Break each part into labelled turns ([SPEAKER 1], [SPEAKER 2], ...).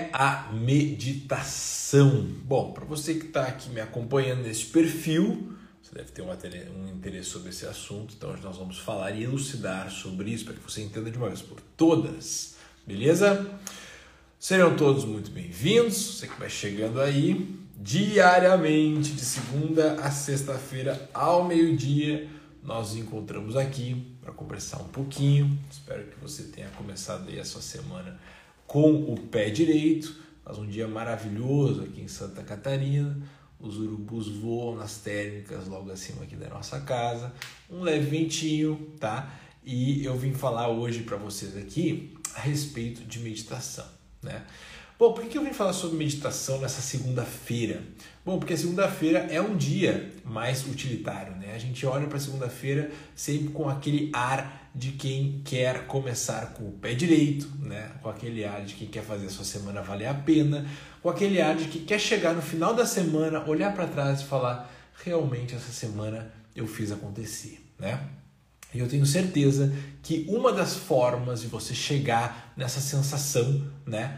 [SPEAKER 1] a meditação? Bom, para você que está aqui me acompanhando nesse perfil, você deve ter um interesse sobre esse assunto, então hoje nós vamos falar e elucidar sobre isso para que você entenda de uma vez por todas, beleza? Serão todos muito bem-vindos, você que vai chegando aí, diariamente, de segunda a sexta-feira ao meio-dia, nós nos encontramos aqui para conversar um pouquinho. Espero que você tenha começado aí a sua semana com o pé direito. Faz um dia maravilhoso aqui em Santa Catarina. Os urubus voam nas térmicas logo acima aqui da nossa casa. Um leve ventinho, tá? E eu vim falar hoje para vocês aqui a respeito de meditação, né? Bom, por que eu vim falar sobre meditação nessa segunda-feira? Bom, porque a segunda-feira é um dia mais utilitário, né? A gente olha para a segunda-feira sempre com aquele ar de quem quer começar com o pé direito, né? Com aquele ar de quem quer fazer a sua semana valer a pena, com aquele ar de que quer chegar no final da semana, olhar para trás e falar, realmente essa semana eu fiz acontecer, né? E eu tenho certeza que uma das formas de você chegar nessa sensação, né,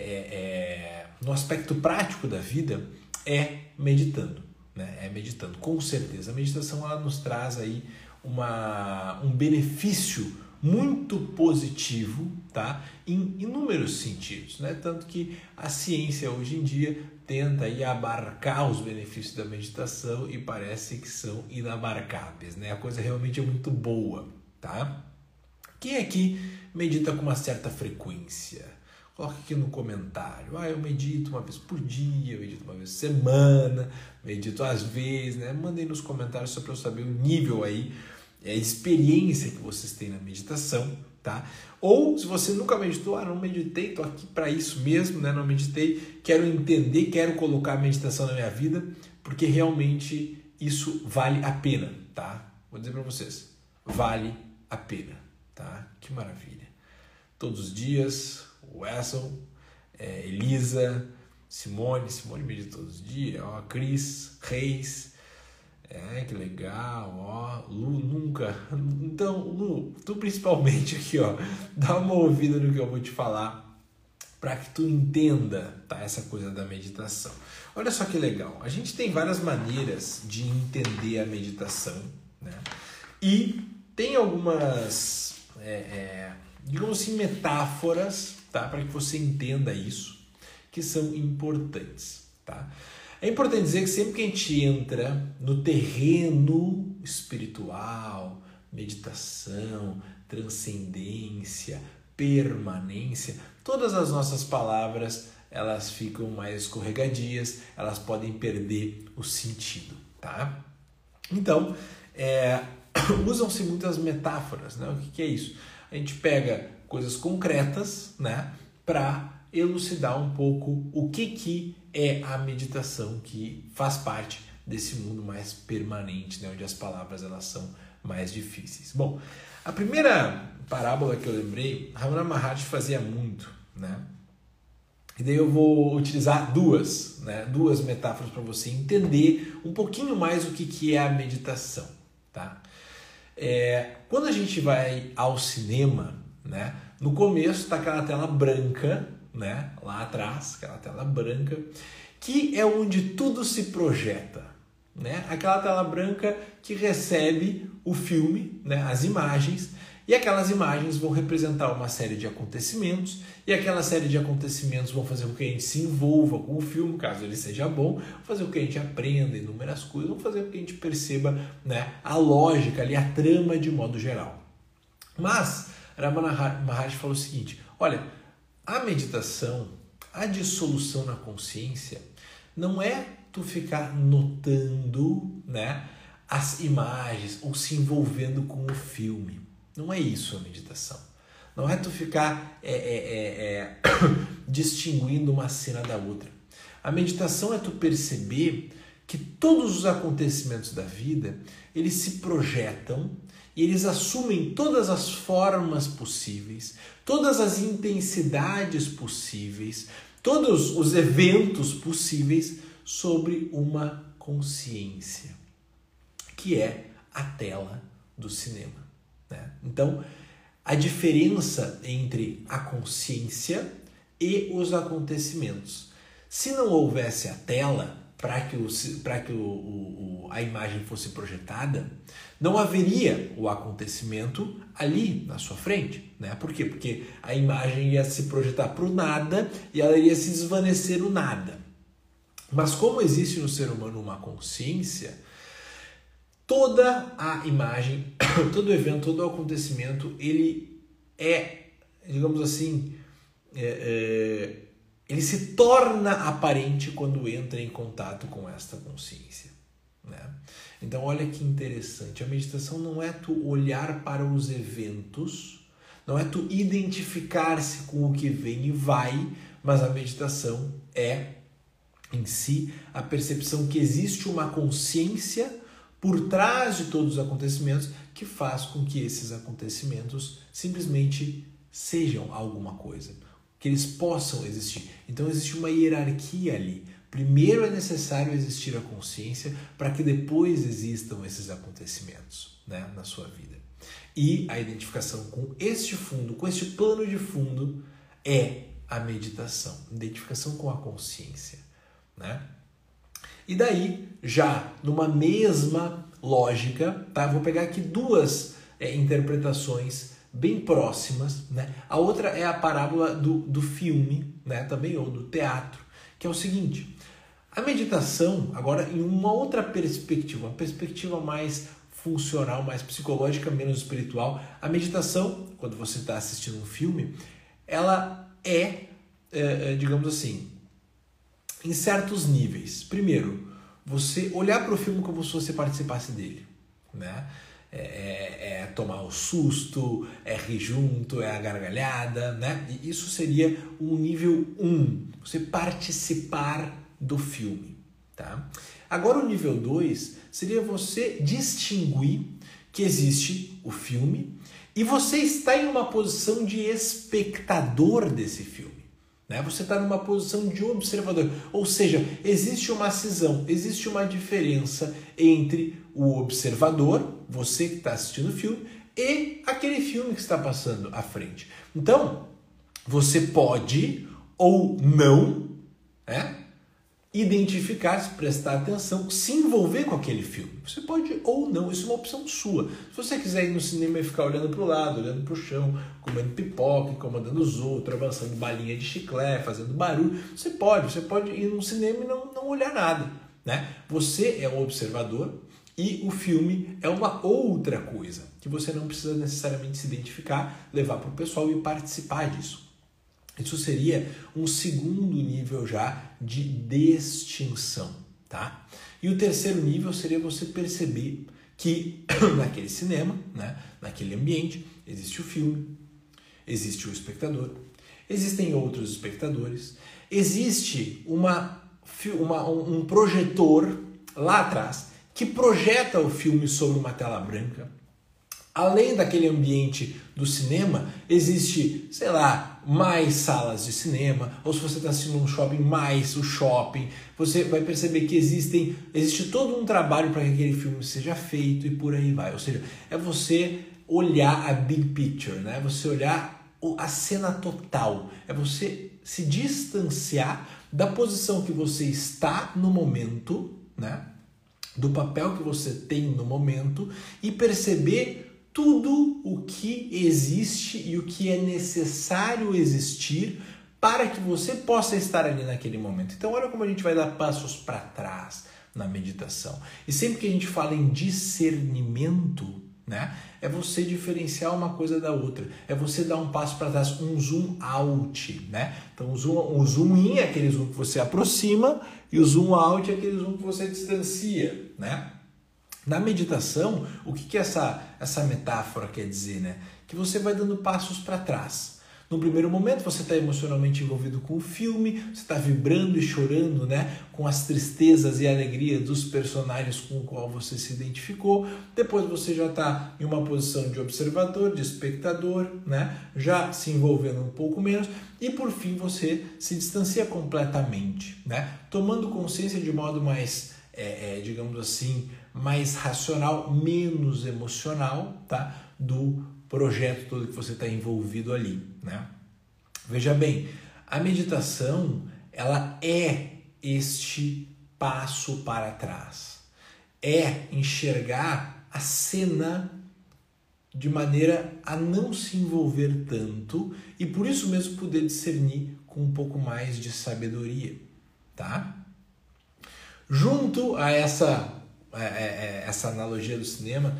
[SPEAKER 1] no aspecto prático da vida, é meditando, né? É meditando, com certeza. A meditação ela nos traz aí um benefício muito positivo, tá? Em inúmeros sentidos, né? Tanto que a ciência hoje em dia tenta aí abarcar os benefícios da meditação e parece que são inabarcáveis, né? A coisa realmente é muito boa, tá? Quem aqui medita com uma certa frequência? Coloca aqui no comentário. Eu medito uma vez por dia, eu medito uma vez por semana, medito às vezes, né? Mandem nos comentários só para eu saber o nível aí, a experiência que vocês têm na meditação, tá? Ou se você nunca meditou, não meditei, tô aqui para isso mesmo, né? Não meditei, quero entender, quero colocar a meditação na minha vida, porque realmente isso vale a pena, tá? Vou dizer para vocês, vale a pena, tá? Que maravilha. Todos os dias, o Wesson, Elisa, Simone medita todos os dias, ó, Cris, Reis, que legal, ó, Lu nunca. Então, Lu, tu principalmente aqui, ó, dá uma ouvida no que eu vou te falar para que tu entenda, tá, essa coisa da meditação. Olha só que legal, a gente tem várias maneiras de entender a meditação, né? E tem algumas, digamos assim, metáforas, tá, para que você entenda isso, que são importantes, tá? É importante dizer que sempre que a gente entra no terreno espiritual, meditação, transcendência, permanência, todas as nossas palavras elas ficam mais escorregadias, elas podem perder o sentido, tá? Então, usam-se muitas metáforas, né? O que é isso? A gente pega coisas concretas, né, para elucidar um pouco o que é a meditação, que faz parte desse mundo mais permanente, né, onde as palavras elas são mais difíceis. Bom, a primeira parábola que eu lembrei, Ramana Maharshi fazia muito, né? E daí eu vou utilizar duas metáforas para você entender um pouquinho mais o que é a meditação, tá? Quando a gente vai ao cinema, né, no começo está aquela tela branca, né, lá atrás, aquela tela branca, que é onde tudo se projeta, né? Aquela tela branca que recebe o filme, né, as imagens, e aquelas imagens vão representar uma série de acontecimentos, e aquela série de acontecimentos vão fazer com que a gente se envolva com o filme, caso ele seja bom, fazer com que a gente aprenda inúmeras coisas, vão fazer com que a gente perceba, né, a lógica ali, a trama de modo geral. Mas Ramana Maharshi falou o seguinte, olha, a meditação, a dissolução na consciência, não é tu ficar notando, né, as imagens ou se envolvendo com o filme. Não é isso a meditação. Não é tu ficar distinguindo uma cena da outra. A meditação é tu perceber que todos os acontecimentos da vida, eles se projetam e eles assumem todas as formas possíveis, todas as intensidades possíveis, todos os eventos possíveis sobre uma consciência, que é a tela do cinema, né? Então, a diferença entre a consciência e os acontecimentos. Se não houvesse a tela para que a imagem fosse projetada, não haveria o acontecimento ali na sua frente, né? Por quê? Porque a imagem ia se projetar para o nada e ela iria se desvanecer no nada. Mas como existe no ser humano uma consciência, toda a imagem, todo evento, todo acontecimento, ele é, digamos assim, ele se torna aparente quando entra em contato com esta consciência, né? Então olha que interessante, a meditação não é tu olhar para os eventos, não é tu identificar-se com o que vem e vai, mas a meditação é em si a percepção que existe uma consciência por trás de todos os acontecimentos que faz com que esses acontecimentos simplesmente sejam alguma coisa, que eles possam existir. Então existe uma hierarquia ali. Primeiro é necessário existir a consciência para que depois existam esses acontecimentos, né, na sua vida. E a identificação com este fundo, com este plano de fundo, é a meditação. Identificação com a consciência, né? E daí, já numa mesma lógica, tá? Vou pegar aqui duas interpretações bem próximas, né? A outra é a parábola do filme, né? Também, ou do teatro, que é o seguinte: a meditação, agora em uma outra perspectiva, uma perspectiva mais funcional, mais psicológica, menos espiritual, a meditação, quando você está assistindo um filme, ela digamos assim, em certos níveis. Primeiro, você olhar para o filme como se você participasse dele, né? É tomar o susto, é rir junto, é a gargalhada, né? E isso seria o nível 1, você participar do filme, tá? Agora o nível 2 seria você distinguir que existe o filme e você está em uma posição de espectador desse filme, né? Você está numa posição de observador, ou seja, existe uma cisão, existe uma diferença entre o observador, você que está assistindo o filme, e aquele filme que está passando à frente. Então, você pode ou não, né, identificar-se, prestar atenção, se envolver com aquele filme. Você pode ou não, isso é uma opção sua. Se você quiser ir no cinema e ficar olhando para o lado, olhando para o chão, comendo pipoca, incomodando os outros, avançando balinha de chiclete, fazendo barulho, você pode ir no cinema e não olhar nada, né? Você é um observador e o filme é uma outra coisa, que você não precisa necessariamente se identificar, levar para o pessoal e participar disso. Isso seria um segundo nível já de distinção, tá? E o terceiro nível seria você perceber que naquele cinema, né, naquele ambiente, existe o filme, existe o espectador, existem outros espectadores, existe um projetor lá atrás que projeta o filme sobre uma tela branca. Além daquele ambiente do cinema, existe, sei lá, mais salas de cinema, ou se você está assistindo um shopping, mais o shopping. Você vai perceber que existe todo um trabalho para que aquele filme seja feito e por aí vai. Ou seja, é você olhar a big picture, né? Você olhar a cena total. É você se distanciar da posição que você está no momento, né? Do papel que você tem no momento e perceber tudo o que existe e o que é necessário existir para que você possa estar ali naquele momento. Então olha como a gente vai dar passos para trás na meditação. E sempre que a gente fala em discernimento, né, é você diferenciar uma coisa da outra. É você dar um passo para trás, um zoom out, né? Então o zoom in é aquele zoom que você aproxima e o zoom out é aquele zoom que você distancia, né? Na meditação, o que essa metáfora quer dizer, né? Que você vai dando passos para trás. No primeiro momento, você está emocionalmente envolvido com o filme, você está vibrando e chorando, né, com as tristezas e alegrias dos personagens com o qual você se identificou. Depois você já está em uma posição de observador, de espectador, né, já se envolvendo um pouco menos. E por fim, você se distancia completamente, né, tomando consciência de modo mais, digamos assim, mais racional, menos emocional, tá, do projeto todo que você está envolvido ali, né? Veja bem, A meditação, ela é este passo para trás. É enxergar a cena de maneira a não se envolver tanto e por isso mesmo poder discernir com um pouco mais de sabedoria, tá? Junto a essa analogia do cinema,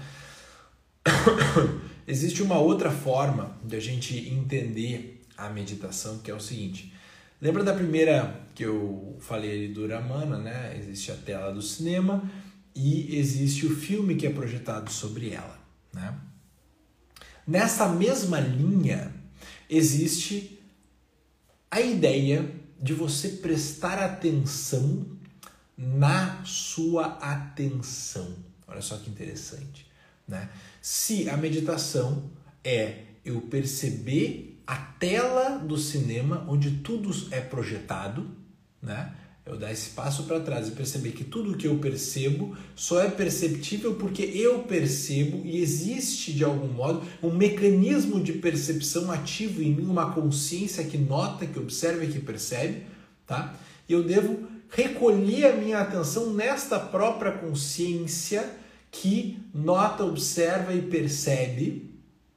[SPEAKER 1] existe uma outra forma de a gente entender a meditação, que é o seguinte. Lembra da primeira que eu falei ali do Ramana, né? Existe a tela do cinema e existe o filme que é projetado sobre ela, né? Nessa mesma linha, existe a ideia de você prestar atenção na sua atenção. Olha só que interessante, né? Se a meditação é eu perceber a tela do cinema onde tudo é projetado, né? Eu dar esse passo para trás e perceber que tudo que eu percebo só é perceptível porque eu percebo e existe, de algum modo, um mecanismo de percepção ativo em mim, uma consciência que nota, que observa e que percebe, tá? E eu devo recolher a minha atenção nesta própria consciência que nota, observa e percebe.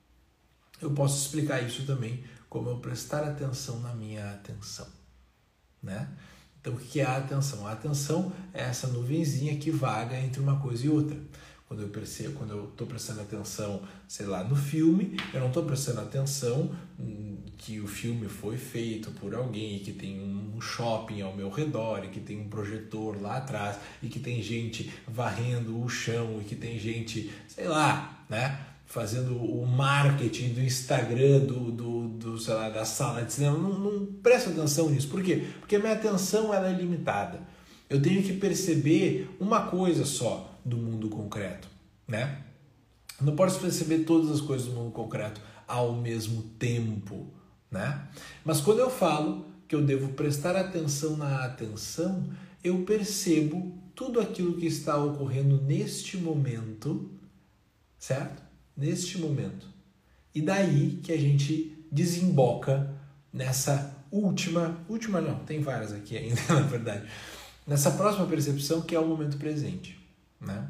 [SPEAKER 1] Eu posso explicar isso também como eu prestar atenção na minha atenção, né? Então, o que é a atenção? A atenção é essa nuvenzinha que vaga entre uma coisa e outra. Quando eu estou prestando atenção, sei lá, no filme, eu não estou prestando atenção que o filme foi feito por alguém, que tem um shopping ao meu redor, e que tem um projetor lá atrás, e que tem gente varrendo o chão, e que tem gente, sei lá, né, fazendo o marketing do Instagram, sei lá, da sala de cinema. Não presto atenção nisso. Por quê? Porque a minha atenção ela é limitada. Eu tenho que perceber uma coisa só do mundo concreto, né? Não posso perceber todas as coisas do mundo concreto ao mesmo tempo, né? Mas quando eu falo que eu devo prestar atenção na atenção, eu percebo tudo aquilo que está ocorrendo neste momento, certo? Neste momento. E daí que a gente desemboca nessa última não, tem várias aqui ainda, na verdade, nessa próxima percepção que é o momento presente, né?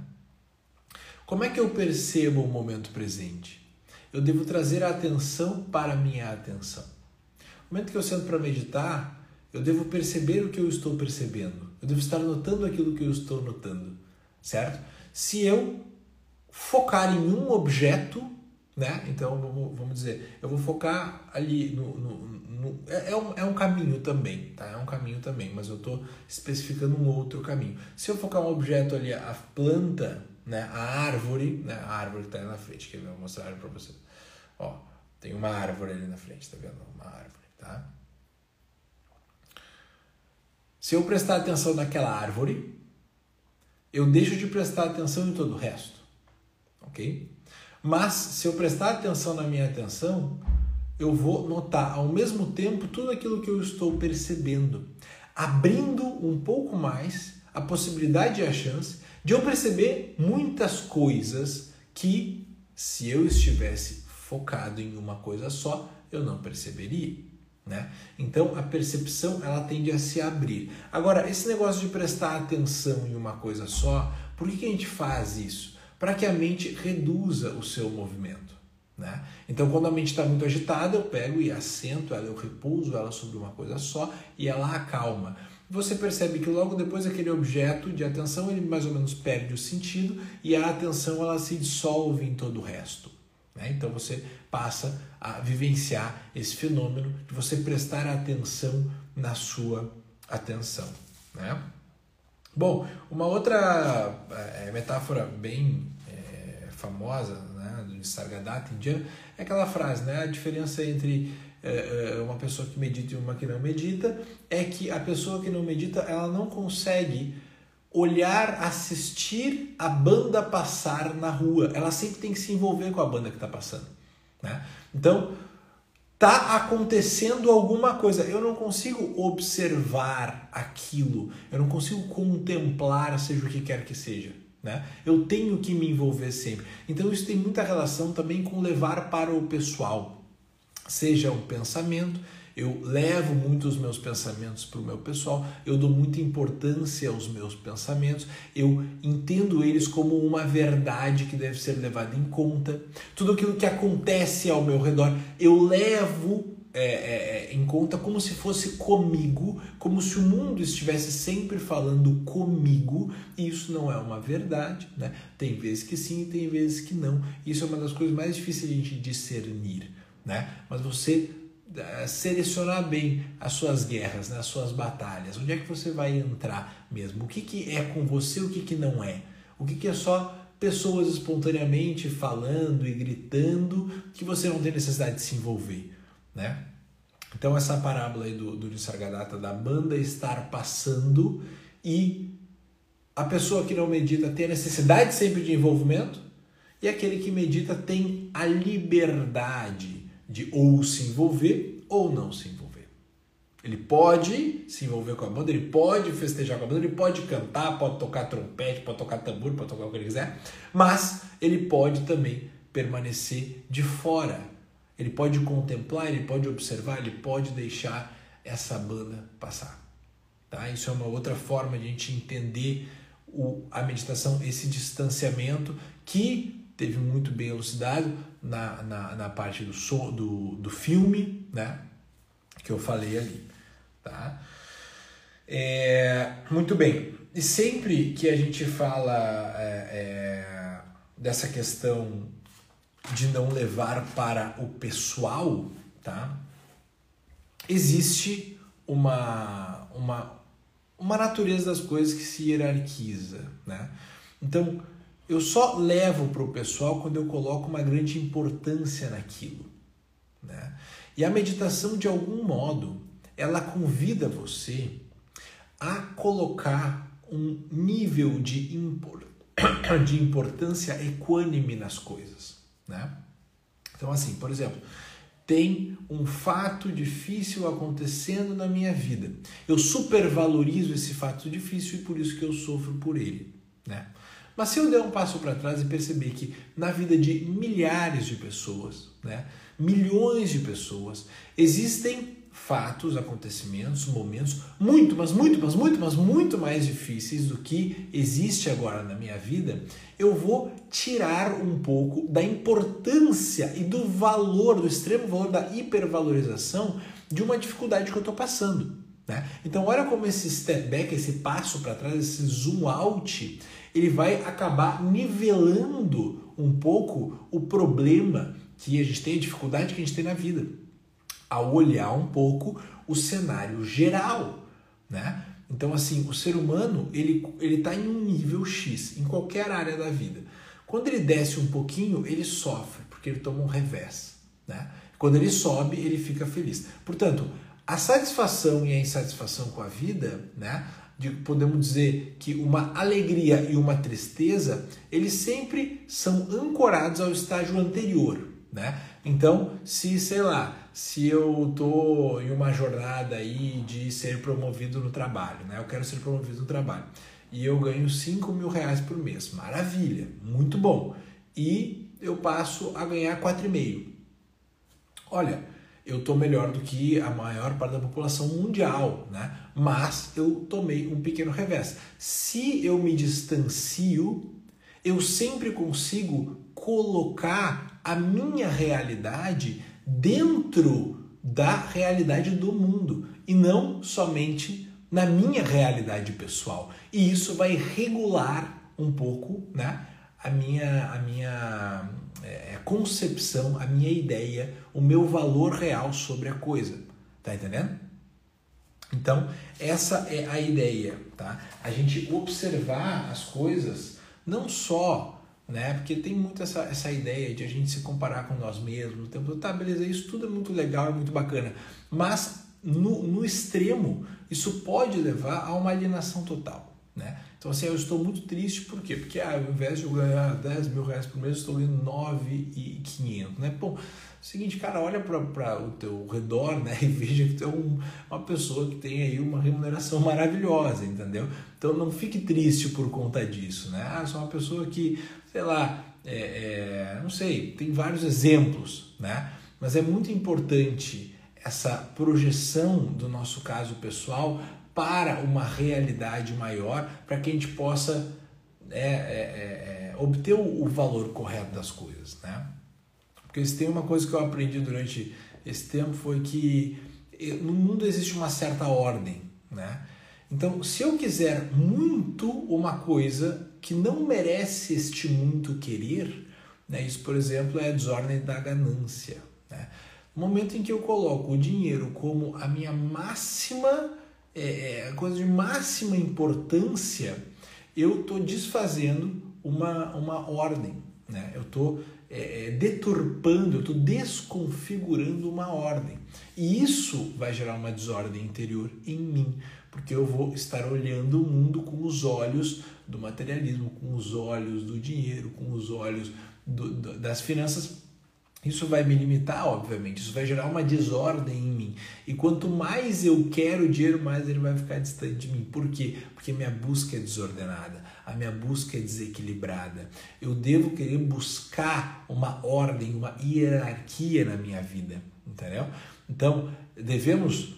[SPEAKER 1] Como é que eu percebo o momento presente? Eu devo trazer a atenção para a minha atenção. No momento que eu sento para meditar, eu devo perceber o que eu estou percebendo. Eu devo estar notando aquilo que eu estou notando, certo? Se eu focar em um objeto, né? Então, vamos dizer, eu vou focar ali é um caminho também, tá? É um caminho também, mas eu estou especificando um outro caminho. Se eu focar um objeto ali, a planta, né? A árvore que está ali na frente, que eu vou mostrar para vocês. Ó, tem uma árvore ali na frente, tá vendo? Uma árvore, tá? Se eu prestar atenção naquela árvore, eu deixo de prestar atenção em todo o resto, ok? Mas se eu prestar atenção na minha atenção, eu vou notar ao mesmo tempo tudo aquilo que eu estou percebendo, abrindo um pouco mais a possibilidade e a chance de eu perceber muitas coisas que, se eu estivesse focado em uma coisa só, eu não perceberia, né? Então a percepção ela tende a se abrir. Agora, esse negócio de prestar atenção em uma coisa só, por que a gente faz isso? Para que a mente reduza o seu movimento, né? Então, quando a mente está muito agitada, eu pego e assento ela, eu repouso ela sobre uma coisa só e ela acalma. Você percebe que logo depois aquele objeto de atenção, ele mais ou menos perde o sentido e a atenção ela se dissolve em todo o resto, né? Então, você passa a vivenciar esse fenômeno de você prestar atenção na sua atenção, né? Bom, uma outra metáfora bem famosa, né, do Nisargadatta indiano é aquela frase, né? A diferença entre uma pessoa que medita e uma que não medita é que a pessoa que não medita ela não consegue olhar, assistir a banda passar na rua. Ela sempre tem que se envolver com a banda que está passando, né? Então, tá acontecendo alguma coisa. Eu não consigo observar aquilo. Eu não consigo contemplar, seja o que quer que seja, né? Eu tenho que me envolver sempre. Então isso tem muita relação também com levar para o pessoal. Seja um pensamento, Eu levo muito os meus pensamentos para o meu pessoal, eu dou muita importância aos meus pensamentos, eu entendo eles como uma verdade que deve ser levada em conta. Tudo aquilo que acontece ao meu redor, eu levo em conta como se fosse comigo, como se o mundo estivesse sempre falando comigo, e isso não é uma verdade, né? Tem vezes que sim, tem vezes que não. Isso é uma das coisas mais difíceis de a gente discernir, né? Mas você selecionar bem as suas guerras, né? As suas batalhas, onde é que você vai entrar mesmo? O que é com você, o que não é? O que é só pessoas espontaneamente falando e gritando que você não tem necessidade de se envolver, né? Então essa parábola aí do Nisargadatta, da banda estar passando e a pessoa que não medita tem a necessidade sempre de envolvimento, e aquele que medita tem a liberdade de ou se envolver ou não se envolver. Ele pode se envolver com a banda, ele pode festejar com a banda, ele pode cantar, pode tocar trompete, pode tocar tambor, pode tocar o que ele quiser, mas ele pode também permanecer de fora. Ele pode contemplar, ele pode observar, ele pode deixar essa banda passar. Tá? Isso é uma outra forma de a gente entender a meditação, esse distanciamento que teve muito bem elucidado na parte do filme, né? Que eu falei ali. Tá? Muito bem. E sempre que a gente fala dessa questão de não levar para o pessoal, tá? Existe uma natureza das coisas que se hierarquiza, né? Então, eu só levo para o pessoal quando eu coloco uma grande importância naquilo, né? E a meditação, de algum modo, ela convida você a colocar um nível de importância equânime nas coisas, né? Então, assim, por exemplo, tem um fato difícil acontecendo na minha vida. Eu supervalorizo esse fato difícil e por isso que eu sofro por ele, né? Mas se eu der um passo para trás e perceber que na vida de milhares de pessoas, né, milhões de pessoas, existem fatos, acontecimentos, momentos muito mais difíceis do que existe agora na minha vida, eu vou tirar um pouco da importância e do valor, do extremo valor da hipervalorização de uma dificuldade que eu estou passando, né? Então olha como esse step back, esse passo para trás, esse zoom out, ele vai acabar nivelando um pouco o problema que a gente tem, a dificuldade que a gente tem na vida, ao olhar um pouco o cenário geral, né? Então, assim, o ser humano, ele está em um nível X, em qualquer área da vida. Quando ele desce um pouquinho, ele sofre, porque ele toma um revés, né? Quando ele sobe, ele fica feliz. Portanto, a satisfação e a insatisfação com a vida, né? Podemos dizer que uma alegria e uma tristeza, eles sempre são ancorados ao estágio anterior, né? Então, se eu tô em uma jornada aí de ser promovido no trabalho, né? Eu quero ser promovido no trabalho e eu ganho R$5.000 por mês, maravilha, muito bom. E eu passo a ganhar 4,5. Olha, eu tô melhor do que a maior parte da população mundial, né? Mas eu tomei um pequeno revés. Se eu me distancio, eu sempre consigo colocar a minha realidade dentro da realidade do mundo e não somente na minha realidade pessoal. E isso vai regular um pouco, né, a minha concepção, a minha ideia, o meu valor real sobre a coisa. Tá entendendo? Então, essa é a ideia, tá? A gente observar as coisas não só, né? Porque tem muito essa ideia de a gente se comparar com nós mesmos, o tempo todo, tá, beleza, isso tudo é muito legal, é muito bacana, mas no extremo, isso pode levar a uma alienação total, né? Então, assim, eu estou muito triste, por quê? Porque ao invés de eu ganhar R$10.000 por mês, eu estou ganhando 9.500, né? Bom, seguinte, cara, olha para o teu redor, né, e veja que tu é uma pessoa que tem aí uma remuneração maravilhosa, entendeu? Então não fique triste por conta disso, né? Ah, sou uma pessoa que, sei lá, não sei, tem vários exemplos, né? Mas é muito importante essa projeção do nosso caso pessoal para uma realidade maior, para que a gente possa obter o valor correto das coisas, né? Porque se tem uma coisa que eu aprendi durante esse tempo foi que no mundo existe uma certa ordem, né? Então, se eu quiser muito uma coisa que não merece este muito querer, né? Isso, por exemplo, é a desordem da ganância, né? No momento em que eu coloco o dinheiro como a minha máxima, coisa de máxima importância, eu estou desfazendo uma ordem, né? Eu estou deturpando, eu estou desconfigurando uma ordem. E isso vai gerar uma desordem interior em mim, porque eu vou estar olhando o mundo com os olhos do materialismo, com os olhos do dinheiro, com os olhos das finanças. Isso vai me limitar, obviamente, isso vai gerar uma desordem em mim. E quanto mais eu quero o dinheiro, mais ele vai ficar distante de mim. Por quê? Porque a minha busca é desordenada, a minha busca é desequilibrada. Eu devo querer buscar uma ordem, uma hierarquia na minha vida, entendeu? Então, devemos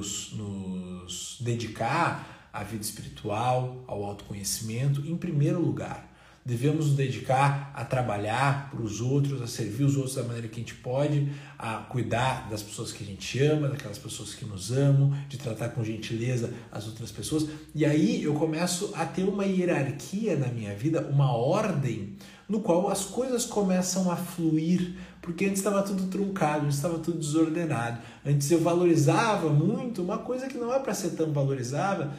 [SPEAKER 1] nos dedicar à vida espiritual, ao autoconhecimento, em primeiro lugar. Devemos nos dedicar a trabalhar para os outros, a servir os outros da maneira que a gente pode, a cuidar das pessoas que a gente ama, daquelas pessoas que nos amam, de tratar com gentileza as outras pessoas. E aí eu começo a ter uma hierarquia na minha vida, uma ordem, no qual as coisas começam a fluir, porque antes estava tudo truncado, antes estava tudo desordenado. Antes eu valorizava muito uma coisa que não é para ser tão valorizada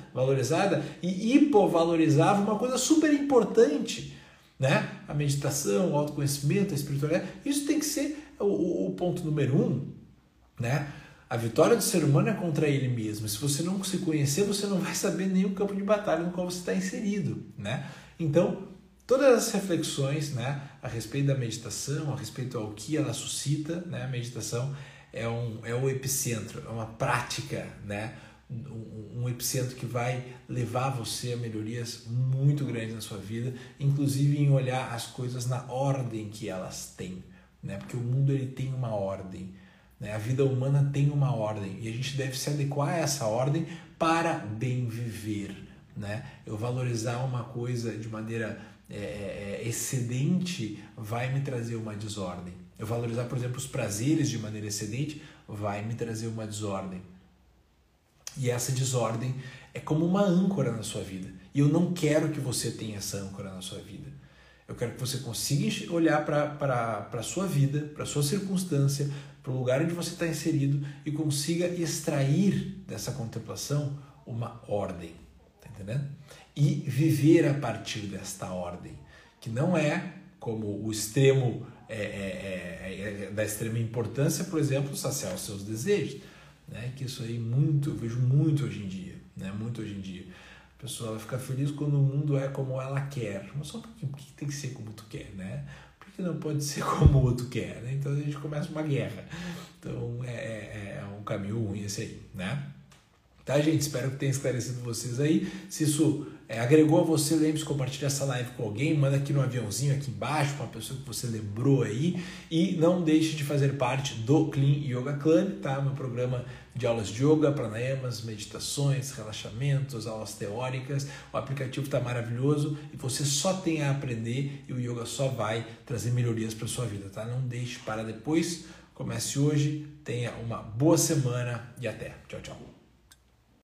[SPEAKER 1] e hipovalorizava uma coisa super importante, né? A meditação, o autoconhecimento, a espiritualidade. Isso tem que ser o ponto número 1, né? A vitória do ser humano é contra ele mesmo. Se você não se conhecer, você não vai saber nem o campo de batalha no qual você está inserido, né? Então, todas as reflexões, né, a respeito da meditação, a respeito ao que ela suscita, né, a meditação é o epicentro, é uma prática, né, um epicentro que vai levar você a melhorias muito grandes na sua vida, inclusive em olhar as coisas na ordem que elas têm, né, porque o mundo ele tem uma ordem, né, a vida humana tem uma ordem e a gente deve se adequar a essa ordem para bem viver, né? Eu valorizar uma coisa de maneira excedente vai me trazer uma desordem. Eu valorizar, por exemplo, os prazeres de maneira excedente vai me trazer uma desordem. E essa desordem é como uma âncora na sua vida. E eu não quero que você tenha essa âncora na sua vida. Eu quero que você consiga olhar para a sua vida, para a sua circunstância, para o lugar onde você está inserido e consiga extrair dessa contemplação uma ordem. Tá entendendo? E viver a partir desta ordem, que não é como o extremo da extrema importância, por exemplo, saciar os seus desejos, né? Que isso aí eu vejo muito hoje em dia, né? Muito hoje em dia. A pessoa fica feliz quando o mundo é como ela quer, mas só porque tem que ser como tu quer, né? Porque não pode ser como o outro quer, né? Então a gente começa uma guerra. Então é um caminho ruim esse aí, né? Tá, gente? Espero que tenha esclarecido vocês aí. Se isso agregou a você, lembre-se de compartilhar essa live com alguém, manda aqui no aviãozinho aqui embaixo para uma pessoa que você lembrou aí e não deixe de fazer parte do Clean Yoga Club, tá? Meu programa de aulas de yoga, pranayamas, meditações, relaxamentos, aulas teóricas. O aplicativo está maravilhoso e você só tem a aprender e o yoga só vai trazer melhorias para sua vida, tá? Não deixe para depois. Comece hoje, tenha uma boa semana e até. Tchau, tchau.